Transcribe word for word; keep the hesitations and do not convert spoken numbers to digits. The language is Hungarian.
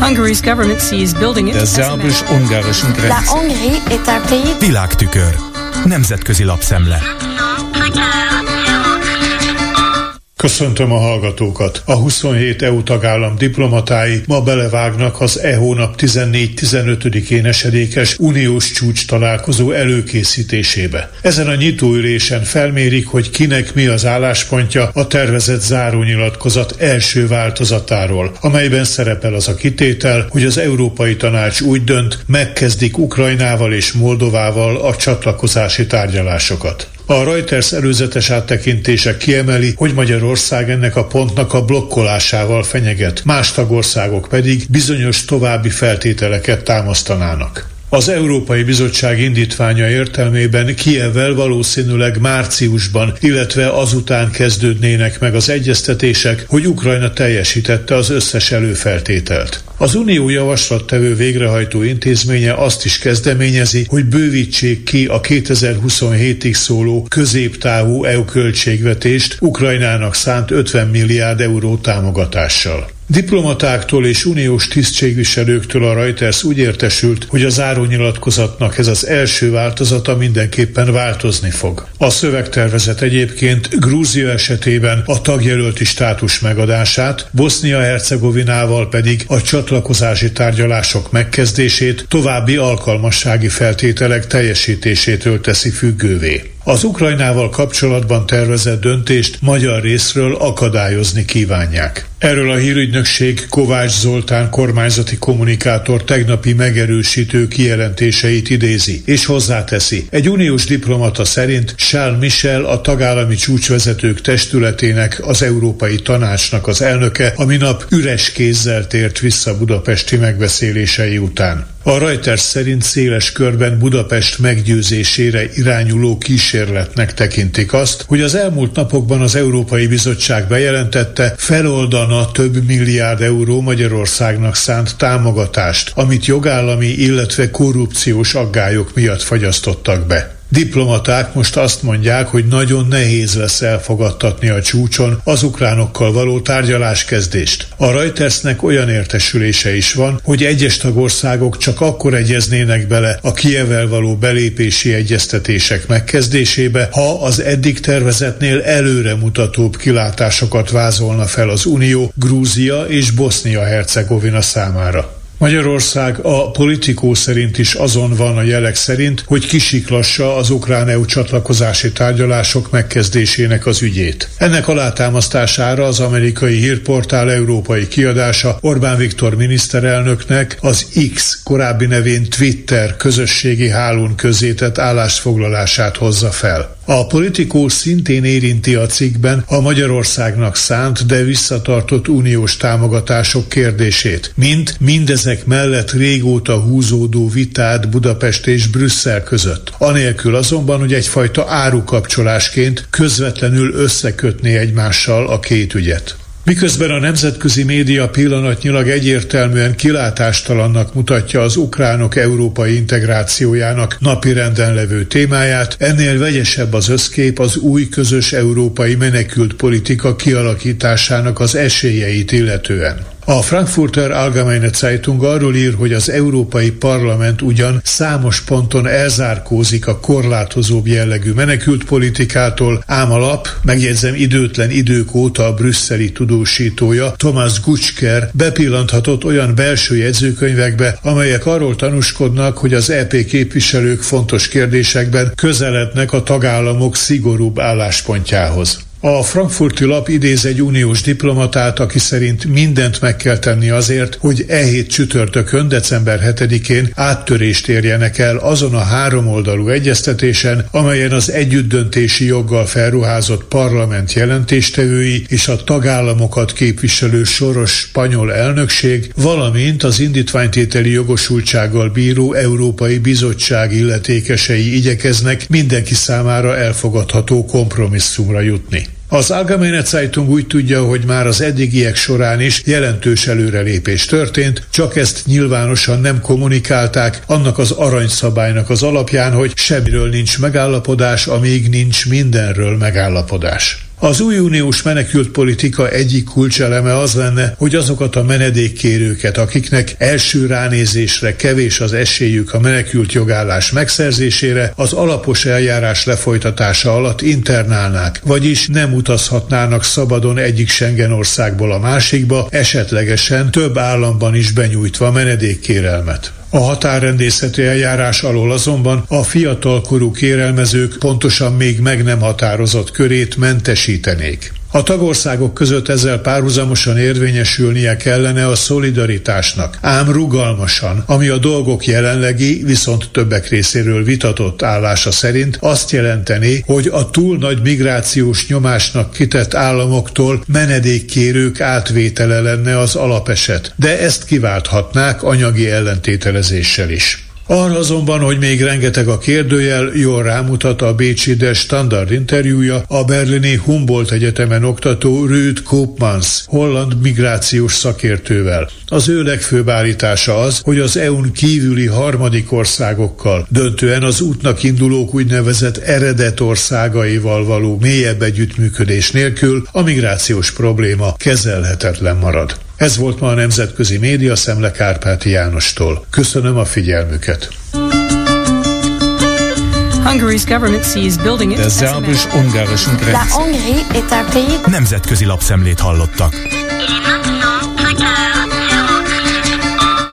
der szerbus-ungarischen Grenze. La Hongrie est un pays. Világtükör. Nemzetközi lapszemle. Köszöntöm a hallgatókat! A huszonhét é u tagállam diplomatái ma belevágnak az e hónap tizennégy-tizenötödikén esedékes uniós csúcs találkozó előkészítésébe. Ezen a nyitóülésen felmérik, hogy kinek mi az álláspontja a tervezett zárónyilatkozat első változatáról, amelyben szerepel az a kitétel, hogy az Európai Tanács úgy dönt, megkezdik Ukrajnával és Moldovával a csatlakozási tárgyalásokat. A Reuters előzetes áttekintése kiemeli, hogy Magyarország ennek a pontnak a blokkolásával fenyeget, más tagországok pedig bizonyos további feltételeket támasztanának. Az Európai Bizottság indítványa értelmében Kijevvel valószínűleg márciusban, illetve azután kezdődnének meg az egyeztetések, hogy Ukrajna teljesítette az összes előfeltételt. Az Unió javaslattevő végrehajtó intézménye azt is kezdeményezi, hogy bővítsék ki a kétezer-huszonhétig szóló középtávú é u költségvetést Ukrajnának szánt ötven milliárd euró támogatással. Diplomatáktól és uniós tisztségviselőktől a Reuters úgy értesült, hogy a zárónyilatkozatnak ez az első változata mindenképpen változni fog. A szövegtervezet egyébként Grúzia esetében a tagjelölti státus megadását, Bosznia-Hercegovinával pedig a csatlakozási tárgyalások megkezdését, további alkalmassági feltételek teljesítésétől teszi függővé. Az Ukrajnával kapcsolatban tervezett döntést magyar részről akadályozni kívánják. Erről a hírügynökség Kovács Zoltán kormányzati kommunikátor tegnapi megerősítő kijelentéseit idézi, és hozzáteszi. Egy uniós diplomata szerint Charles Michel, a tagállami csúcsvezetők testületének, az Európai Tanácsnak az elnöke a minap üres kézzel tért vissza budapesti megbeszélései után. A Reuters szerint széles körben Budapest meggyőzésére irányuló kísérletnek tekintik azt, hogy az elmúlt napokban az Európai Bizottság bejelentette, feloldana több milliárd euró Magyarországnak szánt támogatást, amit jogállami, illetve korrupciós aggályok miatt fagyasztottak be. Diplomaták most azt mondják, hogy nagyon nehéz lesz elfogadtatni a csúcson az ukránokkal való tárgyaláskezdést. A Reutersnek olyan értesülése is van, hogy egyes tagországok csak akkor egyeznének bele a Kijevvel való belépési egyeztetések megkezdésébe, ha az eddig tervezetnél előremutatóbb kilátásokat vázolna fel az Unió Grúzia és Bosznia-Hercegovina számára. Magyarország a Politikó szerint is azon van a jelek szerint, hogy kisiklassa az ukrán é u csatlakozási tárgyalások megkezdésének az ügyét. Ennek alátámasztására az amerikai hírportál európai kiadása Orbán Viktor miniszterelnöknek az X, korábbi nevén Twitter közösségi hálón közzétett állásfoglalását hozza fel. A Politikó szintén érinti a cikkben a Magyarországnak szánt, de visszatartott uniós támogatások kérdését, mint mindezek mellett régóta húzódó vitát Budapest és Brüsszel között. Anélkül azonban, hogy egyfajta árukapcsolásként közvetlenül összekötné egymással a két ügyet. Miközben a nemzetközi média pillanatnyilag egyértelműen kilátástalannak mutatja az ukránok európai integrációjának napirenden levő témáját, ennél vegyesebb az összkép az új közös európai menekült politika kialakításának az esélyeit illetően. A Frankfurter Allgemeine Zeitung arról ír, hogy az Európai Parlament ugyan számos ponton elzárkózik a korlátozóbb jellegű menekültpolitikától, ám a lap, megjegyzem időtlen idők óta a brüsszeli tudósítója, Thomas Gutzker bepillanthatott olyan belső jegyzőkönyvekbe, amelyek arról tanúskodnak, hogy az é pé képviselők fontos kérdésekben közelednek a tagállamok szigorúbb álláspontjához. A frankfurti lap idéz egy uniós diplomatát, aki szerint mindent meg kell tenni azért, hogy e hét csütörtökön, december hetedikén áttörést érjenek el azon a háromoldalú egyeztetésen, amelyen az együttdöntési joggal felruházott parlament jelentéstevői és a tagállamokat képviselő soros spanyol elnökség, valamint az indítványtételi jogosultsággal bíró Európai Bizottság illetékesei igyekeznek mindenki számára elfogadható kompromisszumra jutni. Az Allgemeine Zeitung úgy tudja, hogy már az eddigiek során is jelentős előrelépés történt, csak ezt nyilvánosan nem kommunikálták, annak az aranyszabálynak az alapján, hogy semmiről nincs megállapodás, amíg nincs mindenről megállapodás. Az új uniós menekültpolitika egyik kulcseleme az lenne, hogy azokat a menedékkérőket, akiknek első ránézésre kevés az esélyük a menekült jogállás megszerzésére, az alapos eljárás lefolytatása alatt internálnák, vagyis nem utazhatnának szabadon egyik Schengen országból a másikba, esetlegesen több államban is benyújtva menedékkérelmet. A határrendészeti eljárás alól azonban a fiatalkorú kérelmezők pontosan még meg nem határozott körét mentesítenék. A tagországok között ezzel párhuzamosan érvényesülnie kellene a szolidaritásnak, ám rugalmasan, ami a dolgok jelenlegi, viszont többek részéről vitatott állása szerint azt jelenteni, hogy a túl nagy migrációs nyomásnak kitett államoktól menedékkérők átvétele lenne az alapeset, de ezt kiválthatnák anyagi ellentételezéssel is. Arra azonban, hogy még rengeteg a kérdőjel, jól rámutat a bécsi Der Standard interjúja a berlini Humboldt Egyetemen oktató Ruud Koopmans, holland migrációs szakértővel. Az ő legfőbb állítása az, hogy az é u-n kívüli harmadik országokkal, döntően az útnak indulók úgynevezett eredet országaival való mélyebb együttműködés nélkül a migrációs probléma kezelhetetlen marad. Ez volt ma a Nemzetközi Média Szemle Kárpáti Jánostól. Köszönöm a figyelmüket. Der szerbus-ungarischen Grenze. La Hongrie est un pays... Nemzetközi lapszemlét hallottak. Il est maintenant cinq heures.